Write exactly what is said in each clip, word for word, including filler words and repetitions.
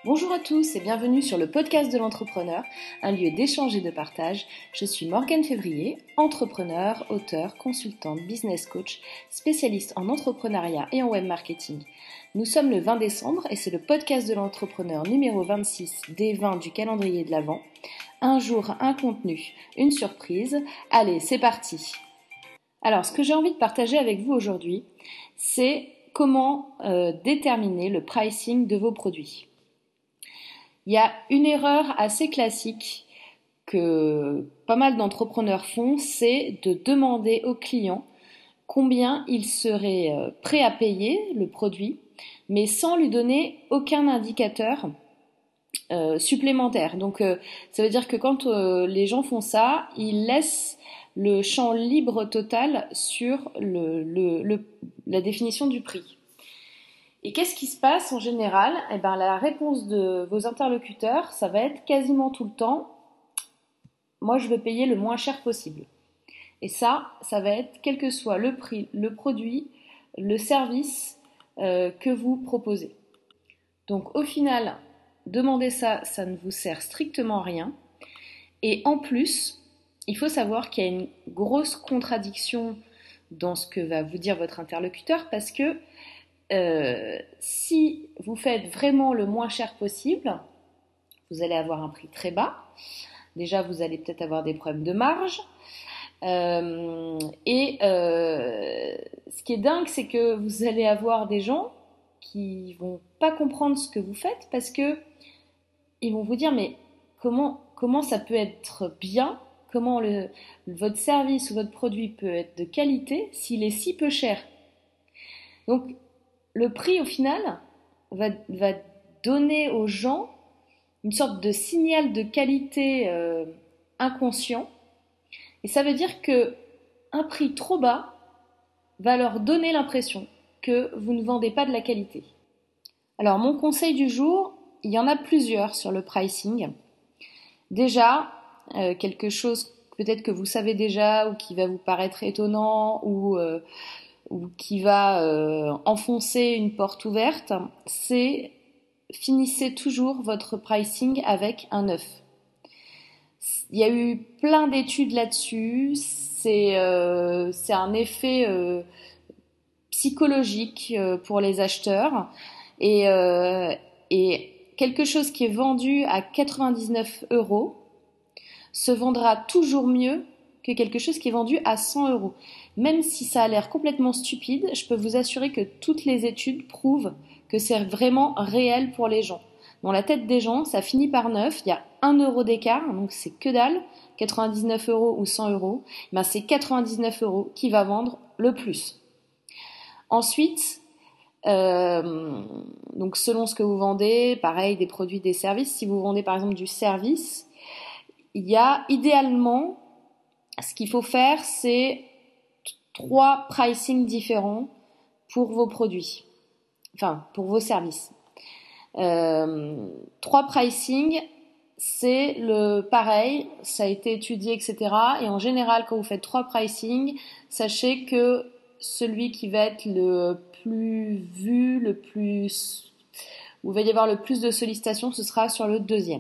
Bonjour à tous et bienvenue sur le podcast de l'entrepreneur, un lieu d'échange et de partage. Je suis Morgane Février, entrepreneur, auteure, consultante, business coach, spécialiste en entrepreneuriat et en web marketing. Nous sommes le vingt décembre et c'est le podcast de l'entrepreneur numéro vingt-six des vingt du calendrier de l'Avent. Un jour, un contenu, une surprise. Allez, c'est parti. Alors, ce que j'ai envie de partager avec vous aujourd'hui, c'est comment euh, déterminer le pricing de vos produits. Il y a une erreur assez classique que pas mal d'entrepreneurs font, c'est de demander au client combien il serait prêt à payer le produit, mais sans lui donner aucun indicateur euh, supplémentaire. Donc euh, ça veut dire que quand euh, les gens font ça, ils laissent le champ libre total sur le, le, le, la définition du prix. Et qu'est-ce qui se passe en général ? Eh ben, la réponse de vos interlocuteurs, ça va être quasiment tout le temps « moi je veux payer le moins cher possible ». Et ça, ça va être quel que soit le prix, le produit, le service euh, que vous proposez. Donc au final, demander ça, ça ne vous sert strictement à rien. Et en plus, il faut savoir qu'il y a une grosse contradiction dans ce que va vous dire votre interlocuteur parce que Euh, si vous faites vraiment le moins cher possible, vous allez avoir un prix très bas. Déjà, vous allez peut-être avoir des problèmes de marge. Euh, et euh, ce qui est dingue, c'est que vous allez avoir des gens qui vont pas comprendre ce que vous faites parce que ils vont vous dire mais comment comment ça peut être bien, comment le, votre service ou votre produit peut être de qualité s'il est si peu cher. Donc le prix, au final, va, va donner aux gens une sorte de signal de qualité euh, inconscient. Et ça veut dire qu'un prix trop bas va leur donner l'impression que vous ne vendez pas de la qualité. Alors, mon conseil du jour, il y en a plusieurs sur le pricing. Déjà, euh, quelque chose peut-être que vous savez déjà ou qui va vous paraître étonnant ou... Euh, ou qui va euh, enfoncer une porte ouverte, c'est finissez toujours votre pricing avec un neuf. Il y a eu plein d'études là-dessus, c'est, euh, c'est un effet euh, psychologique euh, pour les acheteurs et, euh, et quelque chose qui est vendu à quatre-vingt-dix-neuf euros se vendra toujours mieux que quelque chose qui est vendu à cent euros. Même si ça a l'air complètement stupide, je peux vous assurer que toutes les études prouvent que c'est vraiment réel pour les gens. Dans la tête des gens, ça finit par neuf, il y a un euro d'écart, donc c'est que dalle, quatre-vingt-dix-neuf euros ou cent euros, ben c'est quatre-vingt-dix-neuf euros qui va vendre le plus. Ensuite, euh, donc selon ce que vous vendez, pareil, des produits, des services, si vous vendez par exemple du service, il y a idéalement, ce qu'il faut faire, c'est trois pricing différents pour vos produits, enfin pour vos services. Euh, trois pricing, c'est le pareil, ça a été étudié, et cetera. Et en général, quand vous faites trois pricing, sachez que celui qui va être le plus vu, le plus, où il va y avoir le plus de sollicitations, ce sera sur le deuxième.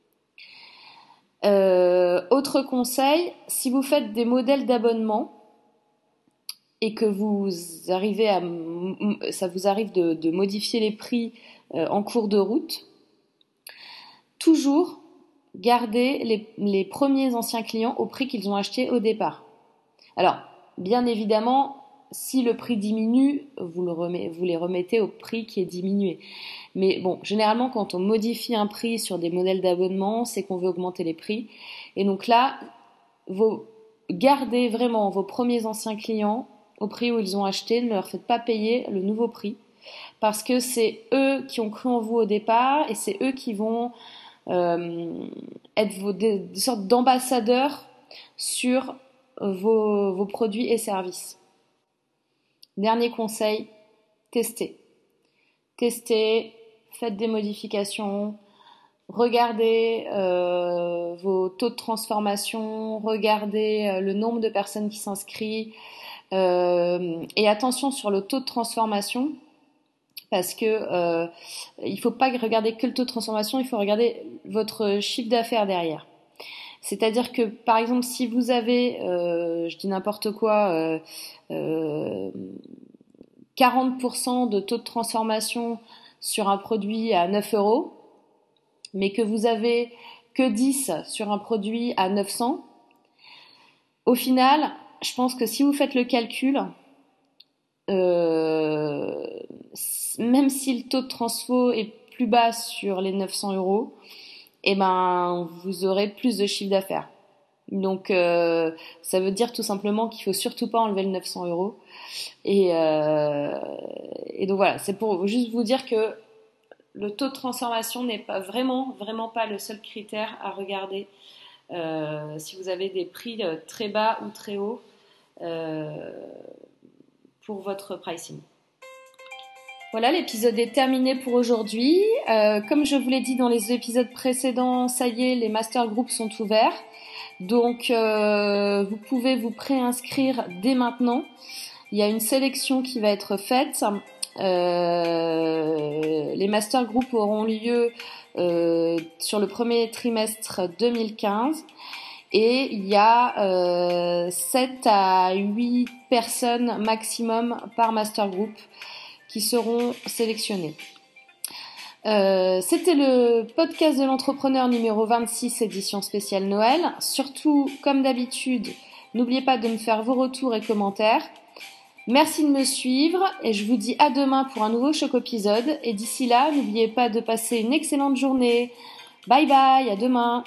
Euh, autre conseil, si vous faites des modèles d'abonnement et que vous arrivez à, ça vous arrive de, de modifier les prix euh, en cours de route, toujours gardez les, les premiers anciens clients au prix qu'ils ont acheté au départ. Alors, bien évidemment, si le prix diminue, vous, le remet, vous les remettez au prix qui est diminué. Mais bon, généralement, quand on modifie un prix sur des modèles d'abonnement, c'est qu'on veut augmenter les prix. Et donc là, vous gardez vraiment vos premiers anciens clients au prix où ils ont acheté, ne leur faites pas payer le nouveau prix. Parce que c'est eux qui ont cru en vous au départ et c'est eux qui vont euh, être vos, des, des sortes d'ambassadeurs sur vos, vos produits et services. Dernier conseil, testez. Testez, faites des modifications, regardez euh, vos taux de transformation, regardez euh, le nombre de personnes qui s'inscrivent euh, et attention sur le taux de transformation. parce que euh, il faut pas regarder que le taux de transformation, il faut regarder votre chiffre d'affaires derrière. C'est-à-dire que, par exemple, si vous avez, euh, je dis n'importe quoi, euh, euh, quarante pour cent de taux de transformation sur un produit à neuf euros, mais que vous avez que dix sur un produit à neuf cents, au final, je pense que si vous faites le calcul, euh, même si le taux de transfo est plus bas sur les neuf cents euros, eh ben, vous aurez plus de chiffre d'affaires. Donc, euh, ça veut dire tout simplement qu'il faut surtout pas enlever le neuf cents euros. Et, euh, et donc voilà, c'est pour juste vous dire que le taux de transformation n'est pas vraiment, vraiment pas le seul critère à regarder euh, si vous avez des prix très bas ou très hauts euh, pour votre pricing. Voilà, l'épisode est terminé pour aujourd'hui. Euh, comme je vous l'ai dit dans les épisodes précédents, ça y est, les master groups sont ouverts. Donc, euh, vous pouvez vous préinscrire dès maintenant. Il y a une sélection qui va être faite. Euh, les master groups auront lieu euh, sur le premier trimestre deux mille quinze. Et il y a euh, sept à huit personnes maximum par master group qui seront sélectionnées. Euh, c'était le podcast de l'entrepreneur numéro vingt-six, édition spéciale Noël. Surtout, comme d'habitude, n'oubliez pas de me faire vos retours et commentaires. Merci de me suivre et je vous dis à demain pour un nouveau Choc épisode. Et d'ici là, n'oubliez pas de passer une excellente journée. Bye bye, à demain.